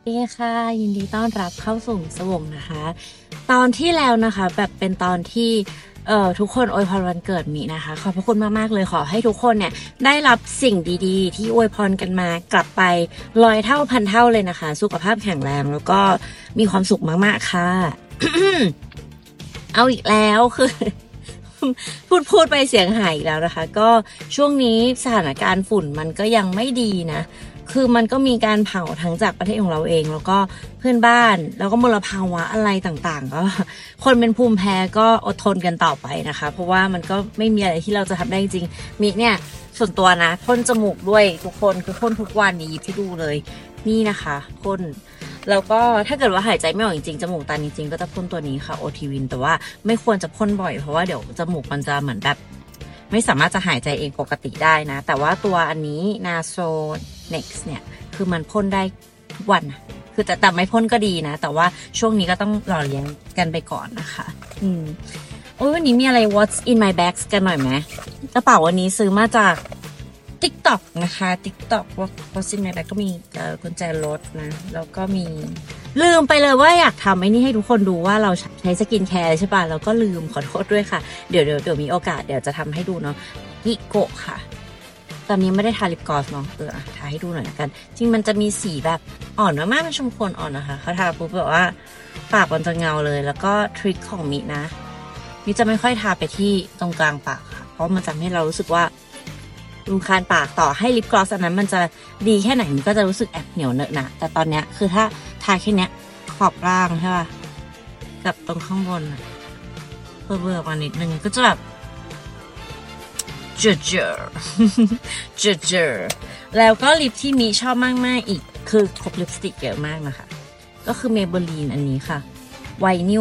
ดีค่ะยินดีต้อนรับเข้าสู่สวงนะคะตอนที่แล้วนะคะแบบเป็นตอนที่ทุกคนอวยพรวันเกิดมินะคะขอบพระคุณมากๆเลยขอให้ทุกคนเนี่ยได้รับสิ่งดีๆที่อวยพรกันมากลับไป100 เท่าพันเท่าเลยนะคะสุขภาพแข็งแรงแล้วก็มีความสุขมากๆค่ะ เอาอีกแล้วคือ พูดไปเสียงหายอีกแล้วนะคะก็ช่วงนี้สถานการณ์ฝุ่นมันก็ยังไม่ดีนะคือมันก็มีการเผาทั้งจากประเทศของเราเองแล้วก็เพื่อนบ้านแล้วก็มลภาวะอะไรต่างๆก็คนเป็นภูมิแพ้ก็อดทนกันต่อไปนะคะเพราะว่ามันก็ไม่มีอะไรที่เราจะทำได้จริงมิเนี่ยส่วนตัวนะพ่นจมูกด้วยทุกคนคือพ่นทุกวันนี้ที่ดูเลยนี่นะคะพ่นแล้วก็ถ้าเกิดว่าหายใจไม่ออกจริงๆจมูกตันจริงๆก็จะพ่นตัวนี้ค่ะโอทีวินแต่ว่าไม่ควรจะพ่นบ่อยเพราะว่าเดี๋ยวจมูกมันจะเหมือนแบบไม่สามารถจะหายใจเองปกติได้นะแต่ว่าตัวอันนี้ Naso Next เนี่ยคือมันพ่นได้ทุกวันคือแต่ไม่พ่นก็ดีนะแต่ว่าช่วงนี้ก็ต้องหล่อเลี้ยงกันไปก่อนนะคะโอ้ยวันนี้มีอะไร What's in my bags กันหน่อยไหมกระเป๋าวันนี้ซื้อมาจาก TikTok นะคะ TikTok What's in my bag ก็มีกุญแจรถนะแล้วก็มีลืมไปเลยว่าอยากทำไอ้นี่ให้ทุกคนดูว่าเราใช้สกินแคร์ใช่ป่ะแล้วก็ลืมขอโทษด้วยค่ะเดี๋ยวมีโอกาสเดี๋ยวจะทำให้ดูเนาะฮิโกะค่ะตอนนี้ไม่ได้ทาลิปกลอสเนาะทาให้ดูหน่อยละกันจริงมันจะมีสีแบบอ่อนมากๆเป็นชมพูอ่อนนะคะเขาทาปุ๊บแบบว่าปากมันจะเงาเลยแล้วก็ทริคของมินะมิจะไม่ค่อยทาไปที่ตรงกลางปากค่ะเพราะมันจะให้เรารู้สึกว่ารุมคานปากต่อให้ลิปกลอสอันนั้นมันจะดีแค่ไหนมันก็จะรู้สึกแอบเหนียวเนอะนะแต่ตอนเนี้ยคือถ้าทาแค่เนี้ยขอบล่างใช่ป่ะกับตรงข้างบนเบื่อมานิดนึงก็จะแบบเจอแล้วก็ลิปที่มีชอบมากๆอีกคือครบลิปสติกเยอะมากนะคะก็คือ Maybelline อันนี้ค่ะไวนิล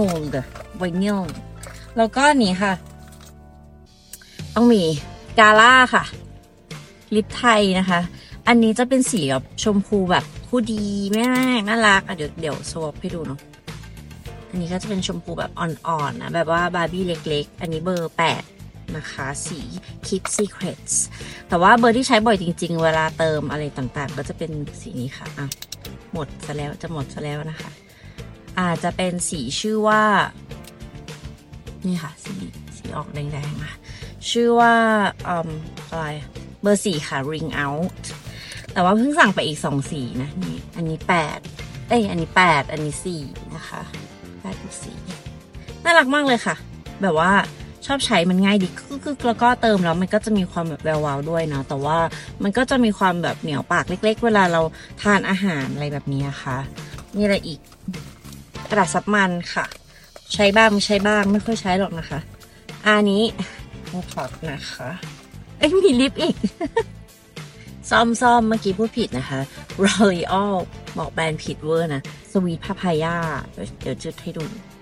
แล้วก็นี้ค่ะต้องมีกาล่าค่ะลิปไทยนะคะอันนี้จะเป็นสีแบบชมพูแบบผู้ดีมากน่ารักเดี๋ยวสวอปให้ดูเนาะอันนี้ก็จะเป็นชมพูแบบอ่อนๆนะแบบว่าบาร์บี้เล็กๆอันนี้เบอร์8นะคะสี Keep Secrets แต่ว่าเบอร์ที่ใช้บ่อยจริงๆเวลาเติมอะไรต่างๆก็จะเป็นสีนี้ค่ะหมดซะแล้วนะคะจะเป็นสีชื่อว่านี่ค่ะสีออกแดงๆนะชื่อว่าอะไรเบอร์4ค่ะ Ring Out แต่ว่าเพิ่งสั่งไปอีก2สีนะนี่อันนี้8อันนี้8อันนี้4นะคะ8กับ4น่ารักมากเลยค่ะแบบว่าชอบใช้มันง่ายดีแล้วก็เติมแล้วมันก็จะมีความแบบแวววาวด้วยเนาะแต่ว่ามันก็จะมีความแบบเหนียวปากเล็กๆเวลาเราทานอาหารอะไรแบบนี้ค่ะนี่อะไรอีกกระดาษซับมันค่ะใช้บ้างไม่ใช้บ้างไม่ค่อยใช้หรอกนะคะอันนี้ขอบนะคะมีลิปอีก ซ่อมเมื่อกี้พูดผิดนะคะ L'Oreal บอกแบรนด์ผิดเวอร์นะ Sweet Papaya เดี๋ยวจุดให้ดู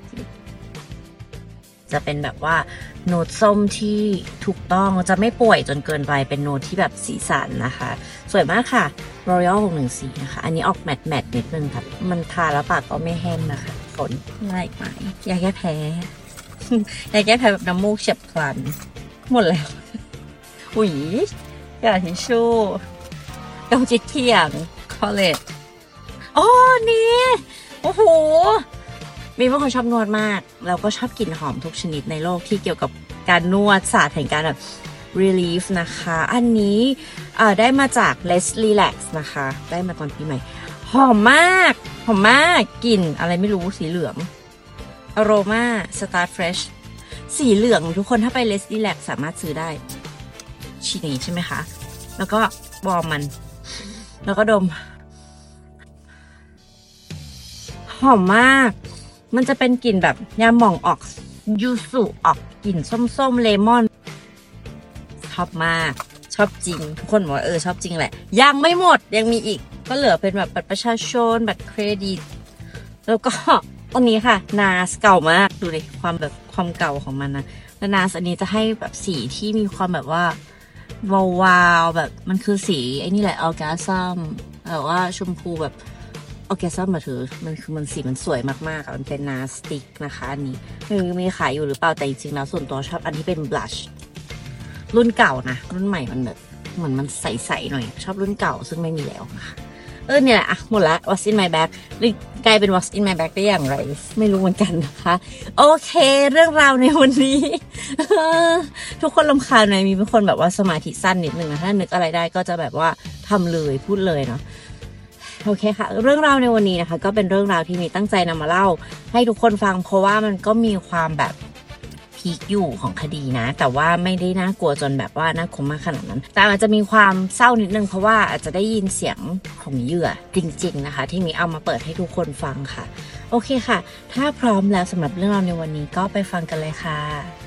จะเป็นแบบว่าโน้ตส้มที่ถูกต้องจะไม่ป่วยจนเกินไปเป็นโน้ตที่แบบสีสันนะคะสวยมากค่ะ L'Oreal 614นะคะอันนี้ออกแมตนิดนึงค่ะมันทาแล้วปากก็ไม่แห้งนะคะขนง่ายไหมยาแก้แพ้ ยาแก้แพ้แบบน้ำมูกเฉียบพลันหมดแล้วอุ๊ยกระดาษทิชชู่กำจิตเที่ยงคอลเลจนี่โอ้โหมีเป็นคนชอบนวดมากแล้วก็ชอบกลิ่นหอมทุกชนิดในโลกที่เกี่ยวกับการนวดศาสตร์แห่งการแบบ relief นะคะอันนี้ได้มาจาก Let's Relax นะคะได้มาตอนปีใหม่หอมมากกลิ่นอะไรไม่รู้สีเหลือง Aroma Start Fresh สีเหลืองทุกคนถ้าไป Let's Relax สามารถซื้อได้ชีนี้ใช่ไหมคะแล้วก็วอร์มมันแล้วก็ดมหอมมากมันจะเป็นกลิ่นแบบยาหม่องออกยูสุออกกลิ่นส้มเลมอนชอบมากชอบจริงทุกคนบอกว่าชอบจริงแหละยังไม่หมดยังมีอีกก็เหลือเป็นแบบบัตรประชาชนบัตรเครดิตแล้วก็อันนี้ค่ะนาสเก่ามากดูดิความเก่าของมันนะแล้วนาสอันนี้จะให้แบบสีที่มีความแบบว่าวาวแบบมันคือสีไอ้นี่แหละออร์แกซัมแบบว่าชมพูแบบออร์แกซัมมาถือมันสีมันสวยมากๆมันเป็นนาสติกนะคะอันนี้มีขายอยู่หรือเปล่าแต่จริงๆแล้วส่วนตัวชอบอันที่เป็นบลัชรุ่นเก่านะรุ่นใหม่มันแบบเหมือนมันใสๆหน่อยชอบรุ่นเก่าซึ่งไม่มีแล้วนะคะเนี่ยแหละหมดละ What's in my bag หรือกลายเป็น What's in my bag ได้อย่างไรไม่รู้เหมือนกันนะคะโอเคเรื่องราวในวันนี้ ทุกคนรำคาญไหมมีเป็นคนแบบว่าสมาธิสั้นนิดนึงนะถ้านึกอะไรได้ก็จะแบบว่าทำเลยพูดเลยเนาะโอเคค่ะเรื่องราวในวันนี้นะคะก็เป็นเรื่องราวที่มีตั้งใจนำมาเล่าให้ทุกคนฟังเพราะว่ามันก็มีความแบบพีคอยู่ของคดีนะแต่ว่าไม่ได้น่ากลัวจนแบบว่าน่ากลัวมากขนาดนั้นแต่อาจจะมีความเศร้านิดนึงเพราะว่าอาจจะได้ยินเสียงของเหยื่อจริงๆนะคะที่มีเอามาเปิดให้ทุกคนฟังค่ะโอเคค่ะถ้าพร้อมแล้วสำหรับเรื่องราวในวันนี้ก็ไปฟังกันเลยค่ะ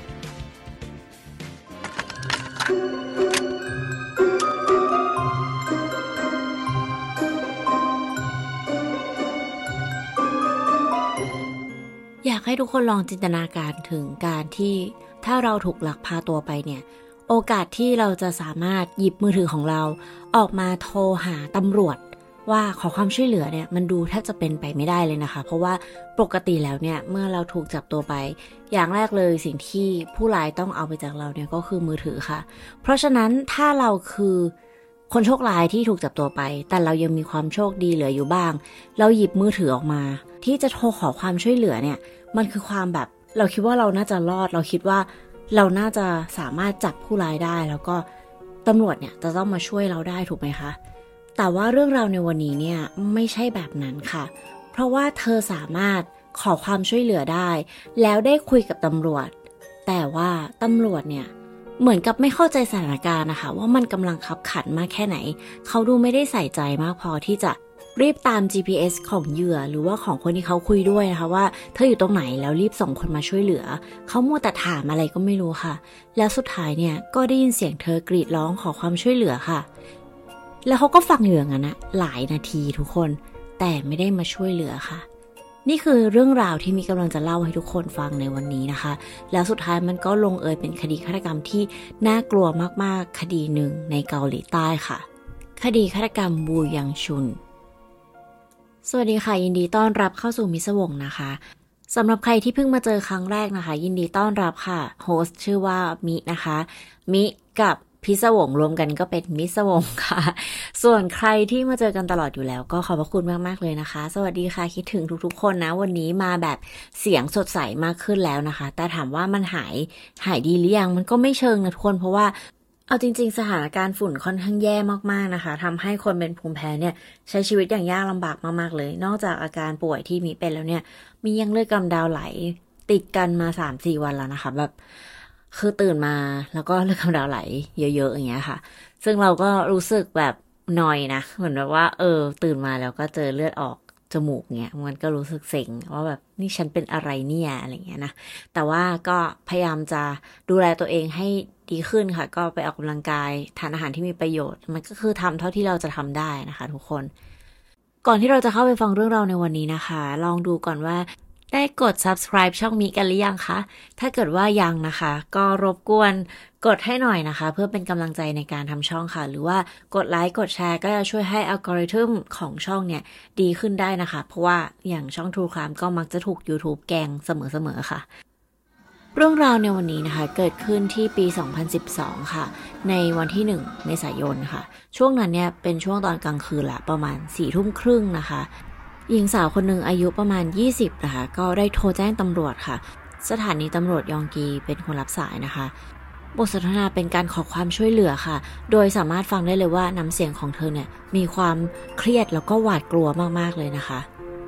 อยากให้ทุกคนลองจินตนาการถึงการที่ถ้าเราถูกลักพาตัวไปเนี่ยโอกาสที่เราจะสามารถหยิบมือถือของเราออกมาโทรหาตำรวจว่าขอความช่วยเหลือเนี่ยมันดูแทบจะเป็นไปไม่ได้เลยนะคะเพราะว่าปกติแล้วเนี่ยเมื่อเราถูกจับตัวไปอย่างแรกเลยสิ่งที่ผู้ร้ายต้องเอาไปจากเราเนี่ยก็คือมือถือค่ะเพราะฉะนั้นถ้าเราคือคนโชคร้ายที่ถูกจับตัวไปแต่เรายังมีความโชคดีเหลืออยู่บ้างเราหยิบมือถือออกมาที่จะโทรขอความช่วยเหลือเนี่ยมันคือความแบบเราคิดว่าเราน่าจะรอดเราคิดว่าเราน่าจะสามารถจับผู้ร้ายได้แล้วก็ตำรวจเนี่ยจะต้องมาช่วยเราได้ถูกไหมคะแต่ว่าเรื่องราวในวันนี้เนี่ยไม่ใช่แบบนั้นค่ะเพราะว่าเธอสามารถขอความช่วยเหลือได้แล้วได้คุยกับตำรวจแต่ว่าตำรวจเนี่ยเหมือนกับไม่เข้าใจสถานการณ์นะคะว่ามันกำลังคับขันมากแค่ไหนเขาดูไม่ได้ใส่ใจมากพอที่จะรีบตาม GPS ของเหยื่อหรือว่าของคนที่เขาคุยด้วยนะคะว่าเธออยู่ตรงไหนแล้วรีบส่งคนมาช่วยเหลือเขามัวแต่ถามอะไรก็ไม่รู้ค่ะแล้วสุดท้ายเนี่ยก็ได้ยินเสียงเธอกรีดร้องขอความช่วยเหลือค่ะแล้วเขาก็ฟังอยู่อย่างนั้นนะหลายนาทีทุกคนแต่ไม่ได้มาช่วยเหลือค่ะนี่คือเรื่องราวที่มีกำลังจะเล่าให้ทุกคนฟังในวันนี้นะคะแล้วสุดท้ายมันก็ลงเอยเป็นคดีฆาตกรรมที่น่ากลัวมากๆคดีหนึ่งในเกาหลีใต้ค่ะคดีฆาตกรรมบูยังชุนสวัสดีค่ะยินดีต้อนรับเข้าสู่มิสวงนะคะสำหรับใครที่เพิ่งมาเจอครั้งแรกนะคะยินดีต้อนรับค่ะโฮสต์ชื่อว่ามินะคะมิกับพิศวงรวมกันก็เป็นมิสวงค่ะส่วนใครที่มาเจอกันตลอดอยู่แล้วก็ขอบพระคุณมากๆเลยนะคะสวัสดีค่ะคิดถึงทุกๆคนนะวันนี้มาแบบเสียงสดใสมากขึ้นแล้วนะคะแต่ถามว่ามันหายดีหรือยังมันก็ไม่เชิงนะทุกคนเพราะว่าเอาจริงๆสถานการณ์ฝุ่นค่อนข้างแย่มากๆนะคะทำให้คนเป็นภูมิแพ้เนี่ยใช้ชีวิตอย่างยากลำบากมากๆเลยนอกจากอาการป่วยที่มีเป็นแล้วเนี่ยมียังเลือดกำเดาไหลติดกันมา 3-4 วันแล้วนะคะแบบคือตื่นมาแล้วก็เลือดกำเดาไหลเยอะๆอย่างเงี้ยค่ะซึ่งเราก็รู้สึกแบบนอยนะเหมือนแบบว่าตื่นมาแล้วก็เจอเลือดออกจมูกเงี้ยมันก็รู้สึกเซ็งว่าแบบนี่ฉันเป็นอะไรเนี่ยอะไรเงี้ยนะแต่ว่าก็พยายามจะดูแลตัวเองให้ดีขึ้นค่ะก็ไปออกกำลังกายทานอาหารที่มีประโยชน์มันก็คือทำเท่าที่เราจะทำได้นะคะทุกคนก่อนที่เราจะเข้าไปฟังเรื่องราวในวันนี้นะคะลองดูก่อนว่าได้กด subscribe ช่องมิกันหรือยังคะถ้าเกิดว่ายังนะคะก็รบกวนกดให้หน่อยนะคะเพื่อเป็นกำลังใจในการทำช่องค่ะหรือว่ากดไลค์กดแชร์ก็จะช่วยให้อัลกอริทึมของช่องเนี่ยดีขึ้นได้นะคะเพราะว่าอย่างช่อง True Crime ก็มักจะถูก YouTube แกล้งเสมอๆค่ะเรื่องราวในวันนี้นะคะเกิดขึ้นที่ปี 2012 ค่ะในวันที่ 1 เมษายนค่ะช่วงนั้นเนี่ยเป็นช่วงตอนกลางคืนละประมาณ 4:30 นะคะหญิงสาวคนหนึ่งอายุประมาณ 20 นะคะก็ได้โทรแจ้งตำรวจค่ะสถานีตำรวจยองกีเป็นคนรับสายนะคะบทสนทนาเป็นการขอความช่วยเหลือค่ะโดยสามารถฟังได้เลยว่าน้ำเสียงของเธอเนี่ยมีความเครียดแล้วก็หวาดกลัวมากๆเลยนะคะ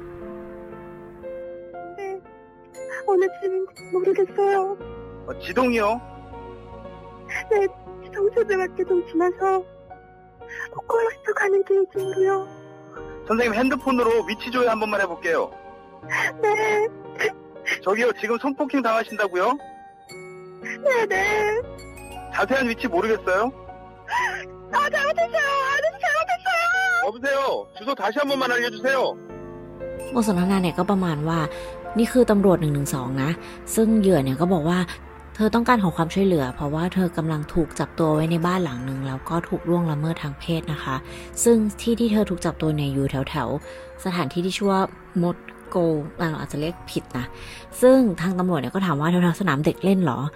어느지는모르겠어요. 지동이요? 네, 정체대밖에 좀 지나서 고퀄러스터 가는 길 중으로요. 선생님 핸드폰으로 위치 조회 한 번만 해볼게요. 네. 저기요, 지금 성폭행 당하신다고요? 네네. 자세한 위치 모르겠어요? 잘못했어요. 아저씨 잘못했어요. 여보세요. 주소 다시 한 번만 알려주세요. บทสนทนาเนี่ยก็ประมาณว่านี่คือตำรวจ112นะซึ่งเหยื่อเนี่ยก็บอกว่าเธอต้องการขอความช่วยเหลือเพราะว่าเธอกำลังถูกจับตัวไว้ในบ้านหลังหนึ่งแล้วก็ถูกล่วงละเมิดทางเพศนะคะซึ่งที่เธอถูกจับตัวเนี่ยอยู่แถวสถานที่ที่ชื่อว่ามดโกอาจจะเรียกผิดนะซึ่งทางตำรวจเนี่ยก็ถามว่าแถวสนามเด็กเล่นเหรอ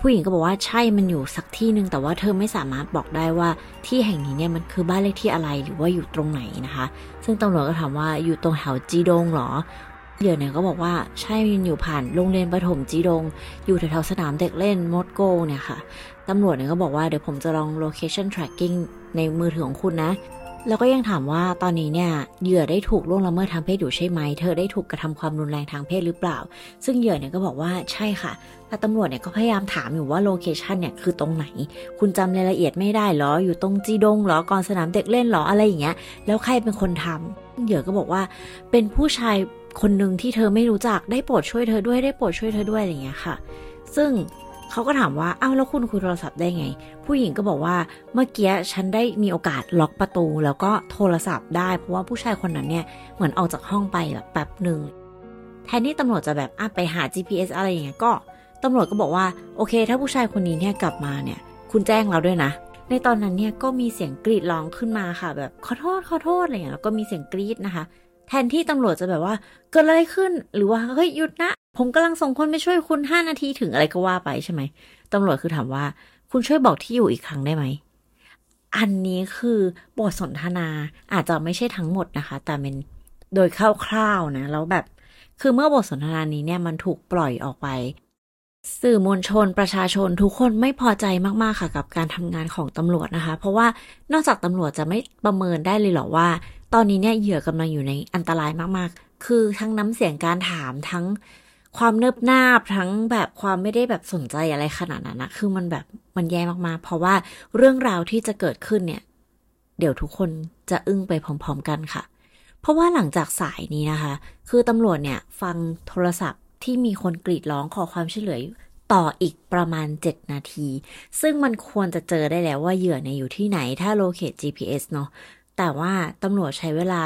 ผู้หญิงก็บอกว่าใช่มันอยู่สักที่นึงแต่ว่าเธอไม่สามารถบอกได้ว่าที่แห่งนี้เนี่ยมันคือบ้านเลขที่อะไรหรือว่าอยู่ตรงไหนนะคะซึ่งตำรวจก็ถามว่าอยู่ตรงแถวจีดงหรอเหยื่อเนี่ยก็บอกว่าใช่มันอยู่ผ่านโรงเรียนประถมจีดงอยู่แถวๆสนามเด็กเล่นมดโกเนี่ยค่ะตำรวจเนี่ยก็บอกว่าเดี๋ยวผมจะลอง location tracking ในมือถือของคุณนะแล้วก็ยังถามว่าตอนนี้เนี่ยเหยื่อได้ถูกล่วงละเมิดทางเพศอยู่ใช่ไหมเธอได้ถูกกระทำความรุนแรงทางเพศหรือเปล่าซึ่งเหยื่อเนี่ยก็บอกว่าใช่ค่ะแต่ตำรวจเนี่ยก็พยายามถามอยู่ว่าโลเคชันเนี่ยคือตรงไหนคุณจำรายละเอียดไม่ได้หรออยู่ตรงจีดงหรอก่อนสนามเด็กเล่นหรออะไรอย่างเงี้ยแล้วใครเป็นคนทำเหยื่อก็บอกว่าเป็นผู้ชายคนหนึ่งที่เธอไม่รู้จักได้โปรดช่วยเธอด้วยได้โปรดช่วยเธอด้วยอะไรอย่างเงี้ยค่ะซึ่งเขาก็ถามว่าอ้าวแล้วคุณคุยโทรศัพท์ได้ไงผู้หญิงก็บอกว่าเมื่อกี้ฉันได้มีโอกาสล็อกประตูแล้วก็โทรศัพท์ได้เพราะว่าผู้ชายคนนั้นเนี่ยเหมือนออกจากห้องไปแบบแป๊บหนึ่งแทนที่ตำรวจจะแบบไปหา GPS อะไรอย่างเงี้ยก็ตำรวจก็บอกว่าโอเคถ้าผู้ชายคนนี้เนี่ยกลับมาเนี่ยคุณแจ้งเราด้วยนะในตอนนั้นเนี่ยก็มีเสียงกรีดร้องขึ้นมาค่ะแบบขอโทษอะไรอย่างเงี้ยแล้วก็มีเสียงกรีดนะคะแทนที่ตำรวจจะแบบว่าเกิดอะไรขึ้นหรือว่าเฮ้ยหยุดนะผมกำลังส่งคนไปช่วยคุณ5 นาทีถึงอะไรก็ว่าไปใช่ไหมตำรวจคือถามว่าคุณช่วยบอกที่อยู่อีกครั้งได้ไหมอันนี้คือบทสนทนาอาจจะไม่ใช่ทั้งหมดนะคะแต่เป็นโดยคร่าวๆนะแล้วแบบคือเมื่อบทสนทนานี้เนี่ยมันถูกปล่อยออกไปสื่อมวลชนประชาชนทุกคนไม่พอใจมากๆค่ะกับการทำงานของตำรวจนะคะเพราะว่านอกจากตำรวจจะไม่ประเมินได้เลยหรอว่าตอนนี้เนี่ยเหยื่อกำลังอยู่ในอันตรายมากๆคือทั้งน้ำเสียงการถามทั้งความเนิบนาบทั้งแบบความไม่ได้แบบสนใจอะไรขนาดนั้นนะคือมันแบบมันแย่มากๆเพราะว่าเรื่องราวที่จะเกิดขึ้นเนี่ยเดี๋ยวทุกคนจะอึ้งไปพร้อมๆกันค่ะเพราะว่าหลังจากสายนี้นะคะคือตำรวจเนี่ยฟังโทรศัพท์ที่มีคนกรีดร้องขอความช่วยเหลือต่ออีกประมาณ7 นาทีซึ่งมันควรจะเจอได้แล้วว่าเหยื่อเนี่ยอยู่ที่ไหนถ้าโลเคต GPS เนาะแต่ว่าตำรวจใช้เวลา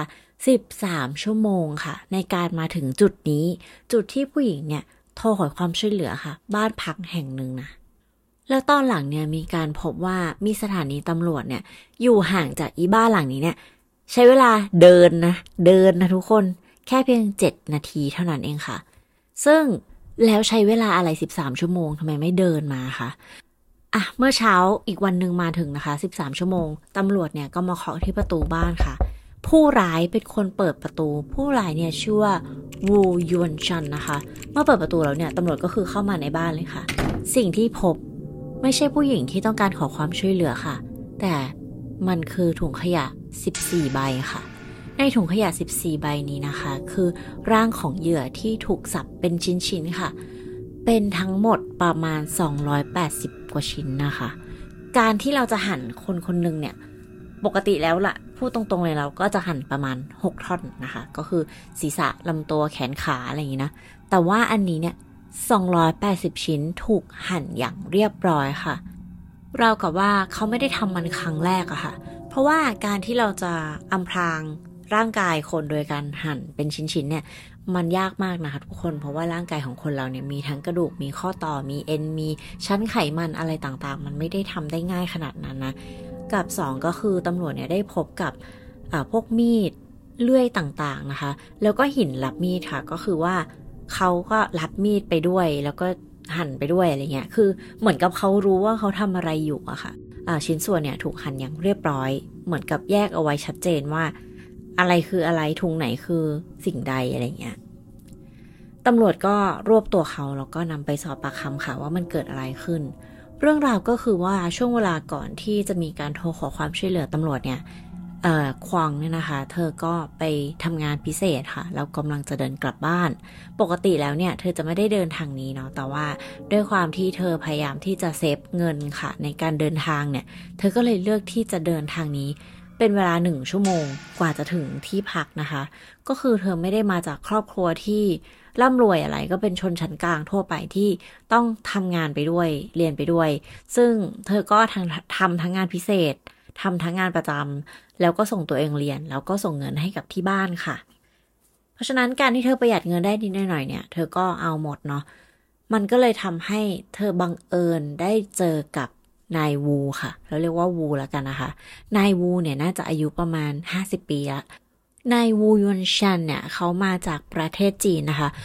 13 ชั่วโมงค่ะในการมาถึงจุดนี้จุดที่ผู้หญิงเนี่ยโทรขอความช่วยเหลือค่ะบ้านพักแห่งหนึ่งนะแล้วตอนหลังเนี่ยมีการพบว่ามีสถานีตำรวจเนี่ยอยู่ห่างจากอีบ้านหลังนี้เนี่ยใช้เวลาเดินนะทุกคนแค่เพียง7 นาทีเท่านั้นเองค่ะซึ่งแล้วใช้เวลาอะไร13 ชั่วโมงทำไมไม่เดินมาคะเมื่อเช้าอีกวันหนึ่งมาถึงนะคะ13 ชั่วโมงตำรวจเนี่ยก็มาเคาะที่ประตูบ้านค่ะผู้ร้ายเป็นคนเปิดประตูผู้ร้ายเนี่ยชื่อว่าวูยวนชันนะคะเมื่อเปิดประตูแล้วเนี่ยตำรวจก็คือเข้ามาในบ้านเลยค่ะสิ่งที่พบไม่ใช่ผู้หญิงที่ต้องการขอความช่วยเหลือค่ะแต่มันคือถุงขยะ14 ใบค่ะในถุงขยะ14 ใบนี้นะคะคือร่างของเหยื่อที่ถูกสับเป็นชิ้นๆค่ะเป็นทั้งหมดประมาณ280 กว่าชิ้นนะคะการที่เราจะหั่นคนคนนึงเนี่ยปกติแล้วล่ะพูดตรงๆเลยเราก็จะหั่นประมาณ6 ท่อนนะคะก็คือศีรษะลำตัวแขนขาอะไรอย่างนี้นะแต่ว่าอันนี้เนี่ย280 ชิ้นถูกหั่นอย่างเรียบร้อยค่ะราวกับว่าเขาไม่ได้ทำมันครั้งแรกอะค่ะเพราะว่าการที่เราจะอำพรางร่างกายคนโดยการหั่นเป็นชิ้นๆเนี่ยมันยากมากนะคะทุกคนเพราะว่าร่างกายของคนเราเนี่ยมีทั้งกระดูกมีข้อต่อมีเอ็นมีชั้นไขมันอะไรต่างๆมันไม่ได้ทำได้ง่ายขนาดนั้นนะกับ2ก็คือตำรวจเนี่ยได้พบกับพวกมีดเลื่อยต่างๆนะคะแล้วก็หินรับมีดค่ะก็คือว่าเขาก็รับมีดไปด้วยแล้วก็หั่นไปด้วยอะไรเงี้ยคือเหมือนกับเขารู้ว่าเขาทำอะไรอยู่อะค่ะชิ้นส่วนเนี่ยถูกหั่นอย่างเรียบร้อยเหมือนกับแยกเอาไว้ชัดเจนว่าอะไรคืออะไรถุงไหนคือสิ่งใดอะไรเงี้ยตำรวจก็รวบตัวเขาแล้วก็นำไปสอบปากคำค่ะว่ามันเกิดอะไรขึ้นเรื่องราวก็คือว่าช่วงเวลาก่อนที่จะมีการโทรขอความช่วยเหลือตำรวจเนี่ยควางเนี่ยนะคะเธอก็ไปทำงานพิเศษค่ะแล้วกำลังจะเดินกลับบ้านปกติแล้วเนี่ยเธอจะไม่ได้เดินทางนี้เนาะแต่ว่าด้วยความที่เธอพยายามที่จะเซฟเงินค่ะในการเดินทางเนี่ยเธอก็เลยเลือกที่จะเดินทางนี้เป็นเวลา1 ชั่วโมงกว่าจะถึงที่พักนะคะก็คือเธอไม่ได้มาจากครอบครัวที่ร่ำรวยอะไรก็เป็นชนชั้นกลางทั่วไปที่ต้องทำงานไปด้วยเรียนไปด้วยซึ่งเธอก็ทำทั้งงานพิเศษทำทั้งงานประจำแล้วก็ส่งตัวเองเรียนแล้วก็ส่งเงินให้กับที่บ้านค่ะเพราะฉะนั้นการที่เธอประหยัดเงินได้นิดหน่อยเนี่ยเธอก็เอาหมดเนาะมันก็เลยทำให้เธอบังเอิญได้เจอกับนายวูค่ะเราเรียกว่าวูแล้วกันนะคะนายวูเนี่ยน่าจะอายุประมาณ50 ปีละนายวูยวนชันเนี่ยเขามาจากประเทศจีนนะคะ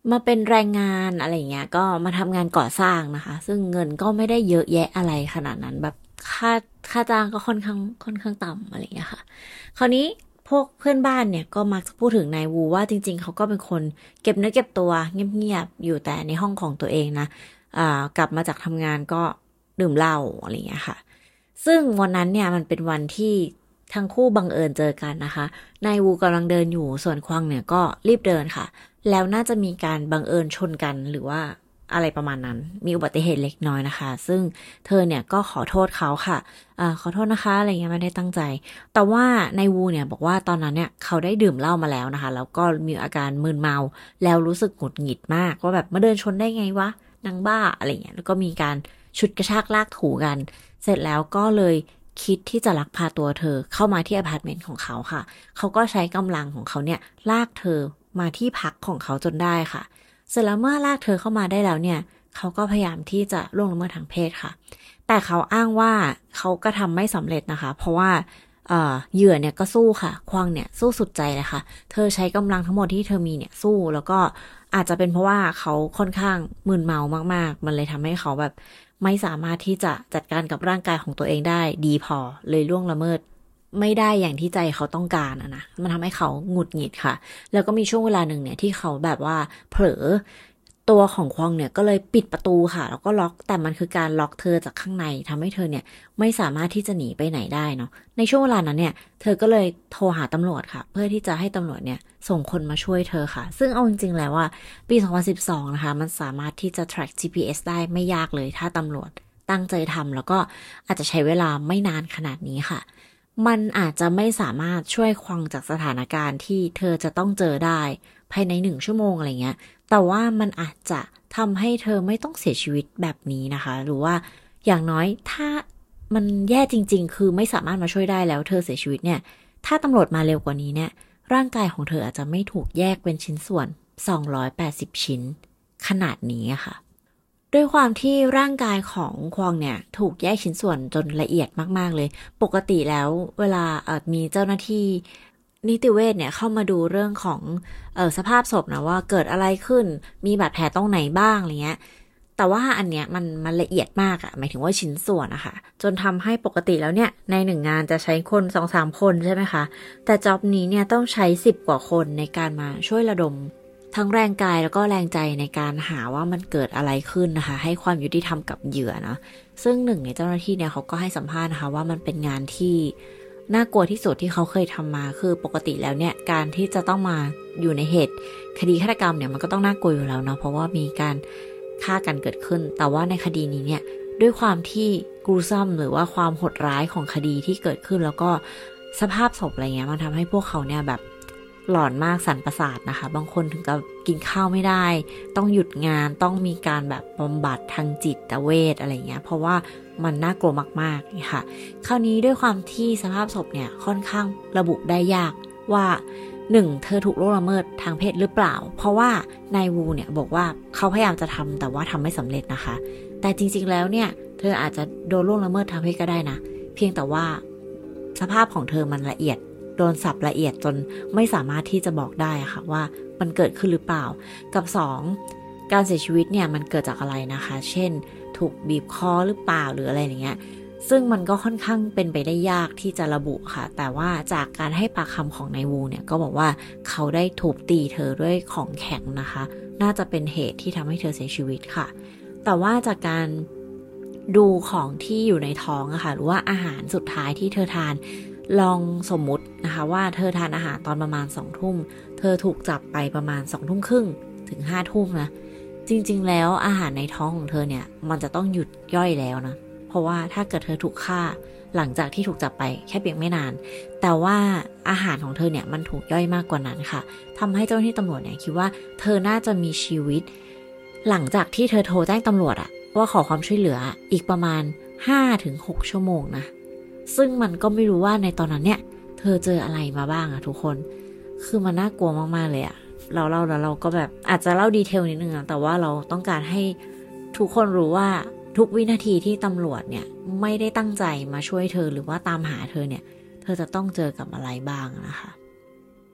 มาเป็นแรงงานอะไรเงี้ยก็มาทำงานก่อสร้างนะคะซึ่งเงินก็ไม่ได้เยอะแยะอะไรขนาดนั้นแบบค่าจ้างก็ค่อนข้างต่ำอะไรเงี้ยค่ะคราวนี้พวกเพื่อนบ้านเนี่ยก็มักจะพูดถึงนายวูว่าจริงๆเขาก็เป็นคนเก็บเนื้อเก็บตัวเงียบๆอยู่แต่ในห้องของตัวเองนะกลับมาจากทำงานก็ดื่มเหล้าอะไรเงี้ยค่ะซึ่งวันนั้นเนี่ยมันเป็นวันที่ทั้งคู่บังเอิญเจอกันนะคะนายวูกำลังเดินอยู่ส่วนควางเนี่ยก็รีบเดินค่ะแล้วน่าจะมีการบังเอิญชนกันหรือว่าอะไรประมาณนั้นมีอุบัติเหตุเล็กน้อยนะคะซึ่งเธอเนี่ยก็ขอโทษเขาค่ะขอโทษนะคะอะไรเงี้ยไม่ได้ตั้งใจแต่ว่านายวูเนี่ยบอกว่าตอนนั้นเนี่ยเขาได้ดื่มเหล้ามาแล้วนะคะแล้วก็มีอาการมึนเมาแล้วรู้สึกหงุดหงิดมากว่าแบบมาเดินชนได้ไงวะนางบ้าอะไรเงี้ยแล้วก็มีการฉุดกระชากลากถูกันเสร็จแล้วก็เลยคิดที่จะลักพาตัวเธอเข้ามาที่อพาร์ตเมนต์ของเขาค่ะเขาก็ใช้กำลังของเขาเนี่ยลากเธอมาที่พักของเขาจนได้ค่ะเสร็จแล้วเมื่อลากเธอเข้ามาได้แล้วเนี่ยเขาก็พยายามที่จะล่วงละเมิดทางเพศค่ะแต่เขาอ้างว่าเขาก็ทำไม่สำเร็จนะคะเพราะว่าเหยื่อเนี่ยก็สู้ค่ะควางเนี่ยสู้สุดใจเลยค่ะเธอใช้กำลังทั้งหมดที่เธอมีเนี่ยสู้แล้วก็อาจจะเป็นเพราะว่าเขาค่อนข้างมึนเมามากๆมันเลยทำให้เขาแบบไม่สามารถที่จะจัดการกับร่างกายของตัวเองได้ดีพอเลยล่วงละเมิดไม่ได้อย่างที่ใจเขาต้องการนะมันทำให้เขาหงุดหงิดค่ะแล้วก็มีช่วงเวลาหนึ่งเนี่ยที่เขาแบบว่าเผลอตัวของควองเนี่ยก็เลยปิดประตูค่ะแล้วก็ล็อกแต่มันคือการล็อกเธอจากข้างในทำให้เธอเนี่ยไม่สามารถที่จะหนีไปไหนได้เนาะในช่วงเวลานั้นเนี่ยเธอก็เลยโทรหาตำรวจค่ะเพื่อที่จะให้ตำรวจเนี่ยส่งคนมาช่วยเธอค่ะซึ่งเอาจริงๆแล้วว่าปี 2012นะคะมันสามารถที่จะ track GPS ได้ไม่ยากเลยถ้าตำรวจตั้งใจทำแล้วก็อาจจะใช้เวลาไม่นานขนาดนี้ค่ะมันอาจจะไม่สามารถช่วยควองจากสถานการณ์ที่เธอจะต้องเจอได้ภายใน1 ชั่วโมงอะไรเงี้ยแต่ว่ามันอาจจะทำให้เธอไม่ต้องเสียชีวิตแบบนี้นะคะหรือว่าอย่างน้อยถ้ามันแย่จริงๆคือไม่สามารถมาช่วยได้แล้วเธอเสียชีวิตเนี่ยถ้าตำรวจมาเร็วกว่านี้เนี่ยร่างกายของเธออาจจะไม่ถูกแยกเป็นชิ้นส่วน280ชิ้นขนาดนี้ค่ะด้วยความที่ร่างกายของควองเนี่ยถูกแยกชิ้นส่วนจนละเอียดมากๆเลยปกติแล้วเวลามีเจ้าหน้าที่นิติเวชเนี่ยเข้ามาดูเรื่องของสภาพศพนะว่าเกิดอะไรขึ้นมีบาดแผลตรงไหนบ้างอะไรเงี้ยแต่ว่าอันเนี้ยมันละเอียดมากอะหมายถึงว่าชิ้นส่วนนะคะจนทำให้ปกติแล้วเนี่ยใน1 งานจะใช้คน 2-3 คนใช่ไหมคะแต่จ็อบนี้เนี่ยต้องใช้10 กว่าคนในการมาช่วยระดมทั้งแรงกายแล้วก็แรงใจในการหาว่ามันเกิดอะไรขึ้นนะคะให้ความยุติธรรมกับเหยื่อนะซึ่งหนึ่งในเจ้าหน้าที่เนี่ยเขาก็ให้สัมภาษณ์นะคะว่ามันเป็นงานที่น่ากลัวที่สุดที่เขาเคยทำมาคือปกติแล้วเนี่ยการที่จะต้องมาอยู่ในเหตุคดีฆาตกรรมเนี่ยมันก็ต้องน่ากลัวอยู่แล้วเนาะเพราะว่ามีการฆ่ากันเกิดขึ้นแต่ว่าในคดีนี้เนี่ยด้วยความที่กรูซัมหรือว่าความโหดร้ายของคดีที่เกิดขึ้นแล้วก็สภาพศพอะไรเงี้ยมันทำให้พวกเขาเนี่ยแบบหลอนมากสั่นประสาทนะคะบางคนถึงกับกินข้าวไม่ได้ต้องหยุดงานต้องมีการแบบบำบัดทางจิตเวชอะไรเงี้ยเพราะว่ามันน่ากลัวมากๆค่ะคราวนี้ด้วยความที่สภาพศพเนี่ยค่อนข้างระบุได้ยากว่า1เธอถูกล่วงละเมิดทางเพศหรือเปล่าเพราะว่านายวูเนี่ยบอกว่าเขาพยายามจะทำแต่ว่าทำไม่สำเร็จนะคะแต่จริงๆแล้วเนี่ยเธออาจจะโดนล่วงละเมิดทางเพศก็ได้นะเพียงแต่ว่าสภาพของเธอมันละเอียดโดนสับละเอียดจนไม่สามารถที่จะบอกได้ค่ะว่ามันเกิดขึ้นหรือเปล่ากับ2การเสียชีวิตเนี่ยมันเกิดจากอะไรนะคะเช่นถูกบีบคอหรือเปล่าหรืออะไรอย่างเงี้ยซึ่งมันก็ค่อนข้างเป็นไปได้ยากที่จะระบุค่ะแต่ว่าจากการให้ปากคำของนายวูเนี่ยก็บอกว่าเขาได้ทุบตีเธอด้วยของแข็งนะคะน่าจะเป็นเหตุที่ทำให้เธอเสียชีวิตค่ะแต่ว่าจากการดูของที่อยู่ในท้องอะค่ะหรือว่าอาหารสุดท้ายที่เธอทานลองสมมุตินะคะว่าเธอทานอาหารตอนประมาณ20:00 นเธอถูกจับไปประมาณ20:30 นถึง5:00 นนะจริงๆแล้วอาหารในท้องของเธอเนี่ยมันจะต้องหยุดย่อยแล้วนะเพราะว่าถ้าเกิดเธอถูกฆ่าหลังจากที่ถูกจับไปแค่เพียงไม่นานแต่ว่าอาหารของเธอเนี่ยมันถูกย่อยมากกว่านั้นค่ะทำให้เจ้าหน้าที่ตำรวจเนี่ยคิดว่าเธอน่าจะมีชีวิตหลังจากที่เธอโทรแจ้งตำรวจอะว่าขอความช่วยเหลืออีกประมาณ 5-6 ชั่วโมงนะซึ่งมันก็ไม่รู้ว่าในตอนนั้นเนี่ยเธอเจออะไรมาบ้างอะทุกคนคือมันน่ากลัวมากๆเลยอะเราเล่าแล้วเราก็แบบอาจจะเล่าดีเทลนิดนึงแต่ว่าเราต้องการให้ทุกคนรู้ว่าทุกวินาทีที่ตำรวจเนี่ยไม่ได้ตั้งใจมาช่วยเธอหรือว่าตามหาเธอเนี่ยเธอจะต้องเจอกับอะไรบ้างนะคะ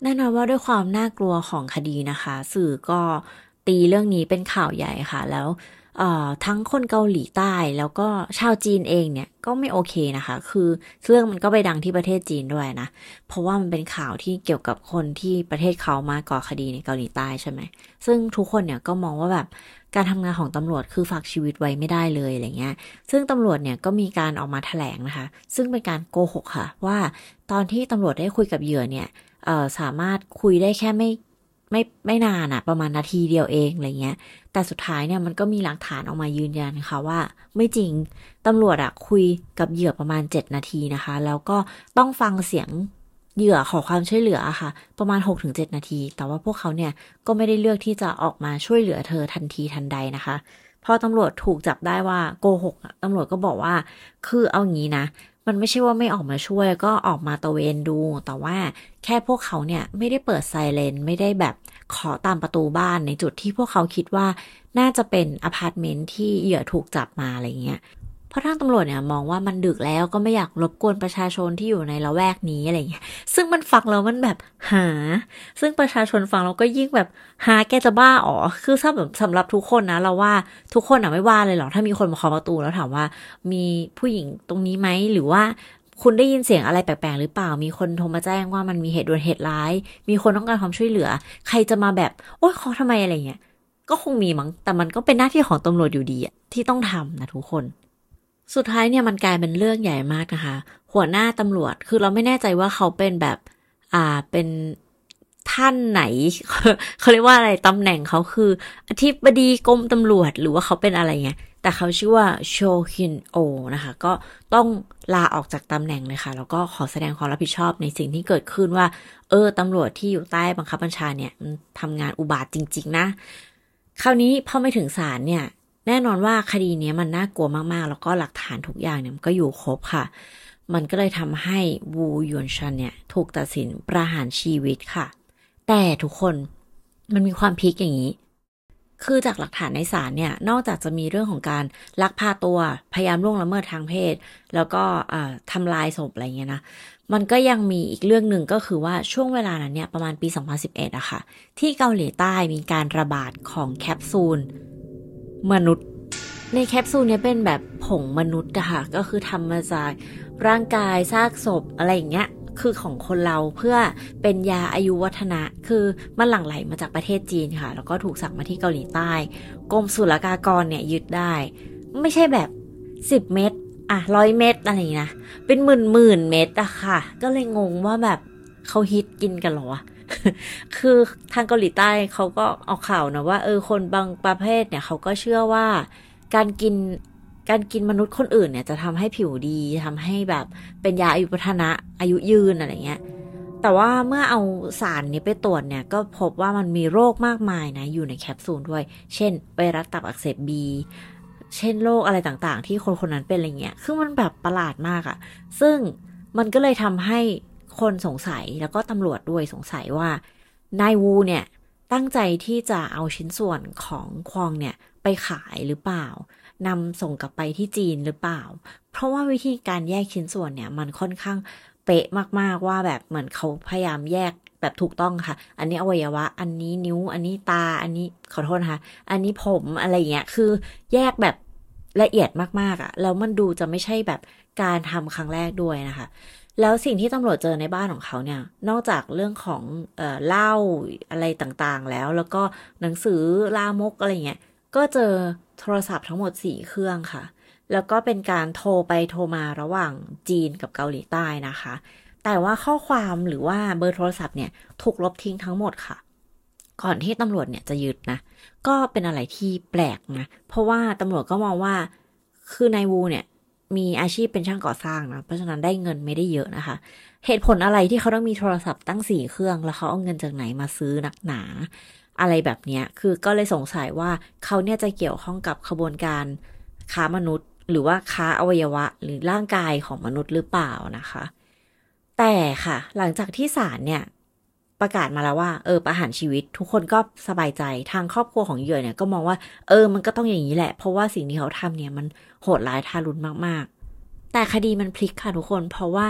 แน่นอนว่าด้วยความน่ากลัวของคดีนะคะสื่อก็ตีเรื่องนี้เป็นข่าวใหญ่ค่ะแล้วทั้งคนเกาหลีใต้แล้วก็ชาวจีนเองเนี่ยก็ไม่โอเคนะคะคือเรื่องมันก็ไปดังที่ประเทศจีนด้วยนะเพราะว่ามันเป็นข่าวที่เกี่ยวกับคนที่ประเทศเขามาก่อคดีในเกาหลีใต้ใช่ไหมซึ่งทุกคนเนี่ยก็มองว่าแบบการทำงานของตำรวจคือฝากชีวิตไว้ไม่ได้เลยอะไรเงี้ยซึ่งตำรวจเนี่ยก็มีการออกมาแถลงนะคะซึ่งเป็นการโกหกค่ะว่าตอนที่ตำรวจได้คุยกับเหยื่อเนี่ยสามารถคุยได้แค่ไม่นานอะประมาณนาทีเดียวเองอะไรเงี้ยแต่สุดท้ายเนี่ยมันก็มีหลักฐานออกมายืนยันค่ะว่าไม่จริงตำรวจอะคุยกับเหยื่อประมาณ7นาทีนะคะแล้วก็ต้องฟังเสียงเหยื่อขอความช่วยเหลือค่ะประมาณ 6-7 นาทีแต่ว่าพวกเขาเนี่ยก็ไม่ได้เลือกที่จะออกมาช่วยเหลือเธอทันทีทันใดนะคะพอตำรวจถูกจับได้ว่าโกหกตำรวจก็บอกว่าคือเอางี้นะมันไม่ใช่ว่าไม่ออกมาช่วยก็ออกมาตระเวนดูแต่ว่าแค่พวกเขาเนี่ยไม่ได้เปิดไซเรนไม่ได้แบบขอตามประตูบ้านในจุดที่พวกเขาคิดว่าน่าจะเป็นอพาร์ตเมนต์ที่เหยื่อถูกจับมาอะไรเงี้ยเพราะทางตำรวจเนี่ยมองว่ามันดึกแล้วก็ไม่อยากรบกวนประชาชนที่อยู่ในละแวกนี้อะไรเงี้ยซึ่งมันฟังแล้วมันแบบซึ่งประชาชนฟังแล้วก็ยิ่งแบบแกจะบ้าอ๋อคือสำหรับทุกคนนะเราว่าทุกคนอ่ะไม่ว่าเลยหรอกถ้ามีคนมาเคาะประตูแล้วถามว่ามีผู้หญิงตรงนี้ไหมหรือว่าคุณได้ยินเสียงอะไรแปลกๆหรือเปล่ามีคนโทรมาแจ้งว่ามันมีเหตุด่วนเหตุร้ายมีคนต้องการความช่วยเหลือใครจะมาแบบโอ๊ยเคาะทำไมอะไรเงี้ยก็คงมีมั้งแต่มันก็เป็นหน้าที่ของตำรวจอยู่ดีอะที่ต้องทำนะทุกคนสุดท้ายเนี่ยมันกลายเป็นเรื่องใหญ่มากนะคะหัวหน้าตำรวจคือเราไม่แน่ใจว่าเขาเป็นแบบเป็นท่านไหน เขาเรียกว่าอะไรตำแหน่งเขาคืออธิบดีกรมตำรวจหรือว่าเขาเป็นอะไรเงี้ยแต่เขาชื่อว่าโชฮินโอนะคะก็ต้องลาออกจากตำแหน่งเลยค่ะแล้วก็ขอแสดงความรับผิดชอบในสิ่งที่เกิดขึ้นว่าตำรวจที่อยู่ใต้บังคับบัญชาเนี่ยมันทำงานอุบาทจริงๆนะคราวนี้พอไม่ถึงศาลเนี่ยแน่นอนว่าคดีนี้มันน่ากลัวมากๆแล้วก็หลักฐานทุกอย่างเนี่ยมันก็อยู่ครบค่ะมันก็เลยทำให้วูหยวนชันเนี่ยถูกตัดสินประหารชีวิตค่ะแต่ทุกคนมันมีความพีคอย่างนี้คือจากหลักฐานในศาลเนี่ยนอกจากจะมีเรื่องของการลักพาตัวพยายามล่วงละเมิดทางเพศแล้วก็ทำลายศพอะไรเงี้ยนะมันก็ยังมีอีกเรื่องหนึ่งก็คือว่าช่วงเวลานั้นเนี่ยประมาณปี2011อะค่ะที่เกาหลีใต้มีการระบาดของแคปซูลมนุษย์ในแคปซูลเนี่ยเป็นแบบผงมนุษย์อะค่ะก็คือทำมาจากร่างกายซากศพอะไรอย่างเงี้ยคือของคนเราเพื่อเป็นยาอายุวัฒนะคือมันหลั่งไหลมาจากประเทศจีนค่ะแล้วก็ถูกสั่งมาที่เกาหลีใต้กรมศุลกากรเนี่ยยึดได้ไม่ใช่แบบ10 เม็ด100 เม็ดอะไรอย่างนี้นะเป็นหมื่นเม็ดอะค่ะก็เลยงงว่าแบบเขาฮิตกินกันเหรอวะ คือทางเกาหลีใต้เขาก็เอาข่าวนะว่าคนบางประเภทเนี่ยเขาก็เชื่อว่าการกินมนุษย์คนอื่นเนี่ยจะทำให้ผิวดีทำให้แบบเป็นยาอายุวัฒนะอายุยืนอะไรเงี้ยแต่ว่าเมื่อเอาสารนี้ไปตรวจเนี่ยก็พบว่ามันมีโรคมากมายนะอยู่ในแคปซูลด้วยเช่นไวรัสตับอักเสบบีเช่นโรคอะไรต่างๆที่คนคนนั้นเป็นอะไรเงี้ยคือมันแบบประหลาดมากอะซึ่งมันก็เลยทำให้คนสงสัยแล้วก็ตำรวจด้วยสงสัยว่านายวูเนี่ยตั้งใจที่จะเอาชิ้นส่วนของควองเนี่ยไปขายหรือเปล่านำส่งกลับไปที่จีนหรือเปล่าเพราะว่าวิธีการแยกชิ้นส่วนเนี่ยมันค่อนข้างเป๊ะมากๆว่าแบบเหมือนเขาพยายามแยกแบบถูกต้องค่ะอันนี้อวัยวะอันนี้นิ้วอันนี้ตาอันนี้ขอโทษนะคะอันนี้ผมอะไรเงี้ยคือแยกแบบละเอียดมากๆอะแล้วมันดูจะไม่ใช่แบบการทำครั้งแรกด้วยนะคะแล้วสิ่งที่ตำรวจเจอในบ้านของเขาเนี่ยนอกจากเรื่องของเหล้าอะไรต่างๆแล้วก็หนังสือลามกอะไรเงี้ยก็เจอโทรศัพท์ทั้งหมด4เครื่องค่ะแล้วก็เป็นการโทรไปโทรมาระหว่างจีนกับเกาหลีใต้นะคะแต่ว่าข้อความหรือว่าเบอร์โทรศัพท์เนี่ยถูกลบทิ้งทั้งหมดค่ะก่อนที่ตำรวจเนี่ยจะยึดนะก็เป็นอะไรที่แปลกนะเพราะว่าตำรวจก็มองว่าคือนายวูเนี่ยมีอาชีพเป็นช่างก่อสร้างนะเพราะฉะนั้นได้เงินไม่ได้เยอะนะคะเหตุผลอะไรที่เขาต้องมีโทรศัพท์ตั้ง4เครื่องแล้วเขาเอาเงินจากไหนมาซื้อนักหนาอะไรแบบเนี้ยคือก็เลยสงสัยว่าเขาเนี่ยจะเกี่ยวข้องกับขบวนการค้ามนุษย์หรือว่าค้าอวัยวะหรือร่างกายของมนุษย์หรือเปล่านะคะแต่ค่ะหลังจากที่ศาลเนี่ยประกาศมาแล้วว่าประหารชีวิตทุกคนก็สบายใจทางครอบครัวของเหยื่อเนี่ยก็มองว่ามันก็ต้องอย่างนี้แหละเพราะว่าสิ่งที่เขาทำเนี่ยมันโหดร้ายทารุณมากๆแต่คดีมันพลิกค่ะทุกคนเพราะว่า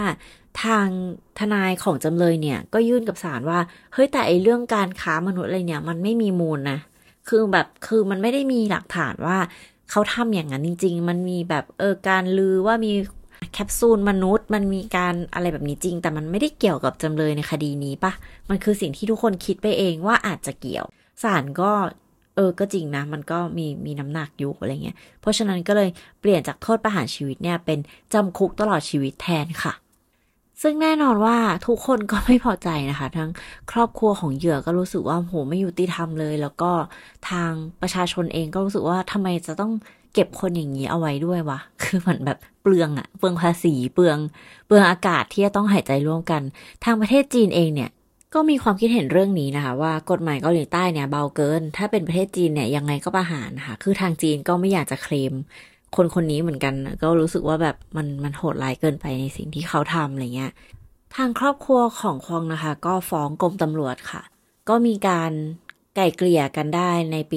ทางทนายของจำเลยเนี่ยก็ยื่นกับศาลว่าเฮ้ยแต่ไอเรื่องการค้ามนุษย์อะไรเนี่ยมันไม่มีมูลนะคือมันไม่ได้มีหลักฐานว่าเขาทำอย่างนั้นจริงๆมันมีแบบการลือว่ามีแคปซูลมนุษย์มันมีการอะไรแบบนี้จริงแต่มันไม่ได้เกี่ยวกับจำเลยในคดีนี้ปะมันคือสิ่งที่ทุกคนคิดไปเองว่าอาจจะเกี่ยวศาลก็ก็จริงนะมันก็มีน้ำหนักอยู่อะไรเงี้ยเพราะฉะนั้นก็เลยเปลี่ยนจากโทษประหารชีวิตเนี่ยเป็นจำคุกตลอดชีวิตแทนค่ะซึ่งแน่นอนว่าทุกคนก็ไม่พอใจนะคะทั้งครอบครัวของเหยื่อก็รู้สึกว่าโหไม่ยุติธรรมเลยแล้วก็ทางประชาชนเองก็รู้สึกว่าทำไมจะต้องเก็บคนอย่างนี้เอาไว้ด้วยวะคือเหมือนแบบเปลืองภาษีเปลืองอากาศที่จะต้องหายใจร่วมกันทางประเทศจีนเองเนี่ยก็มีความคิดเห็นเรื่องนี้นะคะว่ากฎหมายเกาหลีใต้เนี่ยเบาเกินถ้าเป็นประเทศจีนเนี่ยยังไงก็ประหารนะคะคือทางจีนก็ไม่อยากจะเคลมคนนี้เหมือนกันก็รู้สึกว่าแบบมันโหดร้ายเกินไปในสิ่งที่เขาทำอะไรเงี้ยทางครอบครัวของควองนะคะก็ฟ้องกรมตำรวจค่ะก็มีการไกล่เกลี่ยกันได้ในปี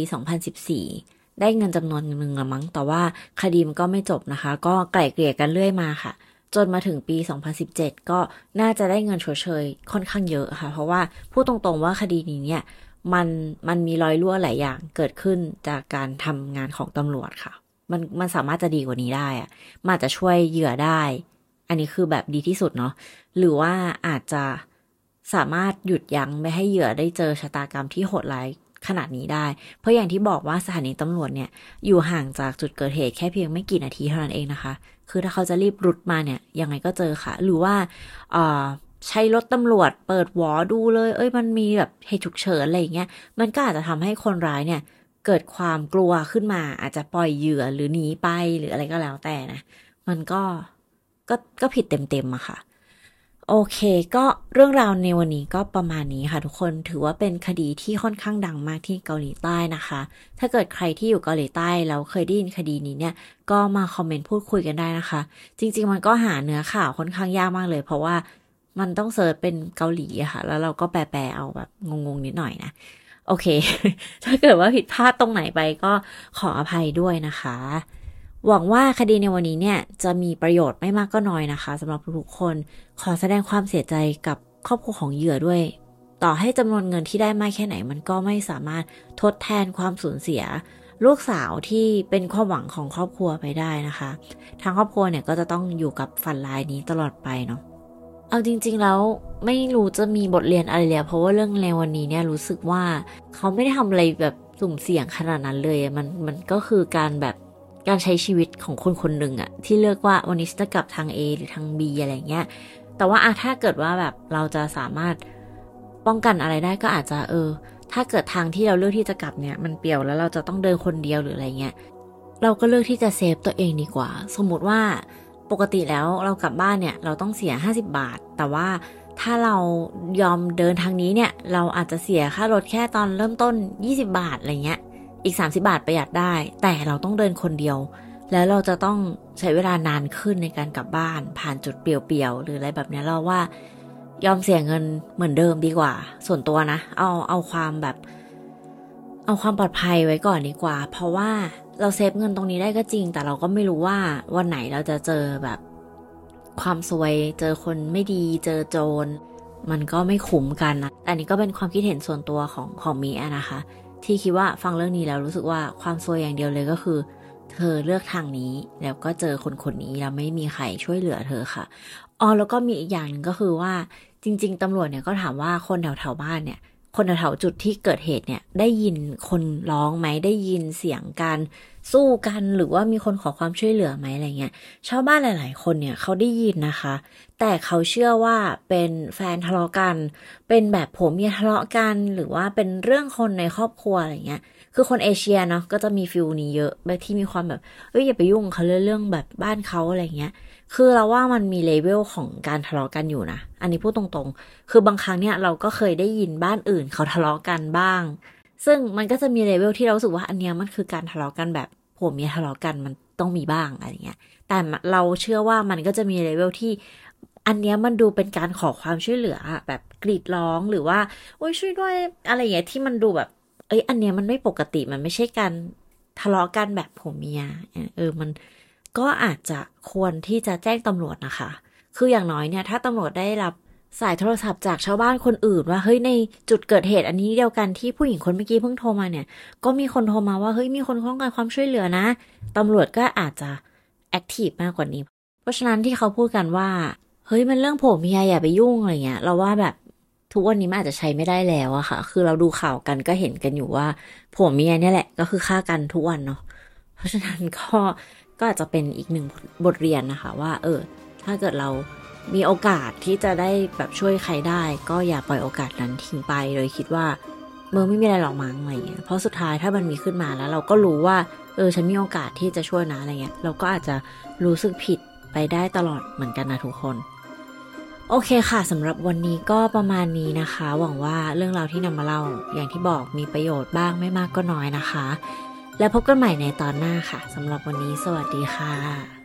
2014ได้เงินจำนวนหนึ่งละมั้งแต่ว่าคดีมันก็ไม่จบนะคะก็ไกล่เกลี่ยกันเรื่อยมาค่ะจนมาถึงปี2017ก็น่าจะได้เงินชดเชยค่อนข้างเยอะค่ะเพราะว่าพูดตรงๆว่าคดีนี้เนี่ยมันมีรอยรั่วหลายอย่างเกิดขึ้นจากการทำงานของตำรวจค่ะมันสามารถจะดีกว่านี้ได้อะมันอาจจะช่วยเหยื่อได้อันนี้คือแบบดีที่สุดเนาะหรือว่าอาจจะสามารถหยุดยั้งไม่ให้เหยื่อได้เจอชะตากรรมที่โหดร้ายขนาดนี้ได้เพราะอย่างที่บอกว่าสถานีตำรวจเนี่ยอยู่ห่างจากจุดเกิดเหตุแค่เพียงไม่กี่นาทีเท่านั้นเองนะคะคือถ้าเขาจะรีบรุดมาเนี่ยยังไงก็เจอค่ะหรือว่าใช้รถตำรวจเปิดวอดูเลยมันมีแบบเหตุฉุกเฉินอะไรอย่างเงี้ยมันก็อาจจะทำให้คนร้ายเนี่ยเกิดความกลัวขึ้นมาอาจจะปล่อยเหยื่อหรือหนีไปหรืออะไรก็แล้วแต่นะมันก็ผิดเต็มๆอะค่ะโอเคก็เรื่องราวในวันนี้ก็ประมาณนี้ค่ะทุกคนถือว่าเป็นคดีที่ค่อนข้างดังมากที่เกาหลีใต้นะคะถ้าเกิดใครที่อยู่เกาหลีใต้แล้วเคยได้ยินคดีนี้เนี่ยก็มาคอมเมนต์พูดคุยกันได้นะคะจริงๆมันก็หาเนื้อข่าวค่อนข้างยากมากเลยเพราะว่ามันต้องเซิร์ชเป็นเกาหลีอะค่ะแล้วเราก็แปลเอาแบบงงๆนิดหน่อยนะโอเค ถ้าเกิดว่าผิดพลาดตรงไหนไปก็ขออภัยด้วยนะคะหวังว่าคดีในวันนี้เนี่ยจะมีประโยชน์ไม่มากก็น้อยนะคะสำหรับทุกคนขอแสดงความเสียใจกับครอบครัวของเหยื่อด้วยต่อให้จำนวนเงินที่ได้มากแค่ไหนมันก็ไม่สามารถทดแทนความสูญเสียลูกสาวที่เป็นความหวังของครอบครัวไปได้นะคะทางครอบครัวเนี่ยก็จะต้องอยู่กับฝันร้ายนี้ตลอดไปเนาะเอาจริงๆแล้วไม่รู้จะมีบทเรียนอะไรเลยเพราะว่าเรื่องในวันนี้เนี่ยรู้สึกว่าเขาไม่ได้ทำอะไรแบบสุ่มเสี่ยงขนาดนั้นเลยมันก็คือการใช้ชีวิตของคนคนหนึ่งอะที่เลือกว่าวันนี้จะกลับทาง A หรือทาง B อะไรเงี้ยแต่ว่าถ้าเกิดว่าแบบเราจะสามารถป้องกันอะไรได้ก็อาจจะถ้าเกิดทางที่เราเลือกที่จะกลับเนี่ยมันเปี่ยวแล้วเราจะต้องเดินคนเดียวหรืออะไรเงี้ยเราก็เลือกที่จะเซฟตัวเองดีกว่าสมมติว่าปกติแล้วเรากลับบ้านเนี่ยเราต้องเสีย50 บาทแต่ว่าถ้าเรายอมเดินทางนี้เนี่ยเราอาจจะเสียค่ารถแค่ตอนเริ่มต้น20 บาทอะไรเงี้ยอีก30 บาทประหยัดได้แต่เราต้องเดินคนเดียวแล้วเราจะต้องใช้เวลานานขึ้นในการกลับบ้านผ่านจุดเปลี่ยวๆหรืออะไรแบบนี้เราว่ายอมเสียเงินเหมือนเดิมดีกว่าส่วนตัวนะเอาความปลอดภัยไว้ก่อนดีกว่าเพราะว่าเราเซฟเงินตรงนี้ได้ก็จริงแต่เราก็ไม่รู้ว่าวันไหนเราจะเจอแบบความซวยเจอคนไม่ดีเจอโจรมันก็ไม่คุ้มกันนะแต่นี้ก็เป็นความคิดเห็นส่วนตัวของมีนะคะที่คิดว่าฟังเรื่องนี้แล้วรู้สึกว่าความซวยอย่างเดียวเลยก็คือเธอเลือกทางนี้แล้วก็เจอคนนี้แล้วไม่มีใครช่วยเหลือเธอค่ะแล้วก็มีอีกอย่างนึงก็คือว่าจริงๆตำรวจเนี่ยก็ถามว่าคนแถวบ้านเนี่ยคนแถวจุดที่เกิดเหตุเนี่ยได้ยินคนร้องไหมได้ยินเสียงการสู้กันหรือว่ามีคนขอความช่วยเหลือไหมอะไรเงี้ยชาวบ้านหลายๆคนเนี่ยเขาได้ยินนะคะแต่เขาเชื่อว่าเป็นแฟนทะเลาะกันเป็นแบบผัวเมียทะเลาะกันหรือว่าเป็นเรื่องคนในครอบครัวอะไรเงี้ยคือคนเอเชียเนาะก็จะมีฟิลนี้เยอะแบบที่มีความแบบอย่าไปยุ่งเขาเรื่องแบบบ้านเขาอะไรเงี้ยคือเราว่ามันมีเลเวลของการทะเลาะกันอยู่นะอันนี้พูดตรงๆคือบางครั้งเนี่ยเราก็เคยได้ยินบ้านอื่นเขาทะเลาะกันบ้างซึ่งมันก็จะมีเลเวลที่เรารู้สึกว่าอันเนี้ยมันคือการทะเลาะกันแบบผัวเมียทะเลาะกันมันต้องมีบ้างอะไรเงี้ยแต่เราเชื่อว่ามันก็จะมีเลเวลที่อันเนี้ยมันดูเป็นการขอความช่วยเหลือแบบกรีดร้องหรือว่าโอ๊ยช่วยด้วยอะไรอย่างเงี้ยที่มันดูแบบอันเนี้ยมันไม่ปกติมันไม่ใช่การทะเลาะกันแบบผัวเมียมันก็อาจจะควรที่จะแจ้งตำรวจนะคะคืออย่างน้อยเนี่ยถ้าตำรวจได้รับสายโทรศัพท์จากชาวบ้านคนอื่นว่าเฮ้ยในจุดเกิดเหตุอันนี้เดียวกันที่ผู้หญิงคนเมื่อกี้เพิ่งโทรมาเนี่ยก็มีคนโทรมาว่าเฮ้ยมีคนต้องการความช่วยเหลือนะตำรวจก็อาจจะแอคทีฟมากกว่านี้เพราะฉะนั้นที่เขาพูดกันว่าเฮ้ยมันเรื่องผัวเมียอย่าไปยุ่งอะไรเงี้ยเราว่าแบบทุกวันนี้มันอาจจะใช้ไม่ได้แล้วอะค่ะคือเราดูข่าวกันก็เห็นกันอยู่ว่าผัวเมียเนี่ยแหละก็คือฆ่ากันทุกวันเนาะเพราะฉะนั้นก็อาจจะเป็นอีกหนึ่งบทเรียนนะคะว่าถ้าเกิดเรามีโอกาสที่จะได้แบบช่วยใครได้ก็อย่าปล่อยโอกาสนั้นทิ้งไปโดยคิดว่าไม่มีอะไรหรอกมั้งอะไรเงี้ยเพราะสุดท้ายถ้ามันมีขึ้นมาแล้วเราก็รู้ว่าฉันมีโอกาสที่จะช่วยนะอะไรเงี้ยเราก็อาจจะรู้สึกผิดไปได้ตลอดเหมือนกันนะทุกคนโอเคค่ะสำหรับวันนี้ก็ประมาณนี้นะคะหวังว่าเรื่องราวที่นำมาเล่าอย่างที่บอกมีประโยชน์บ้างไม่มากก็น้อยนะคะแล้วพบกันใหม่ในตอนหน้าค่ะสำหรับวันนี้สวัสดีค่ะ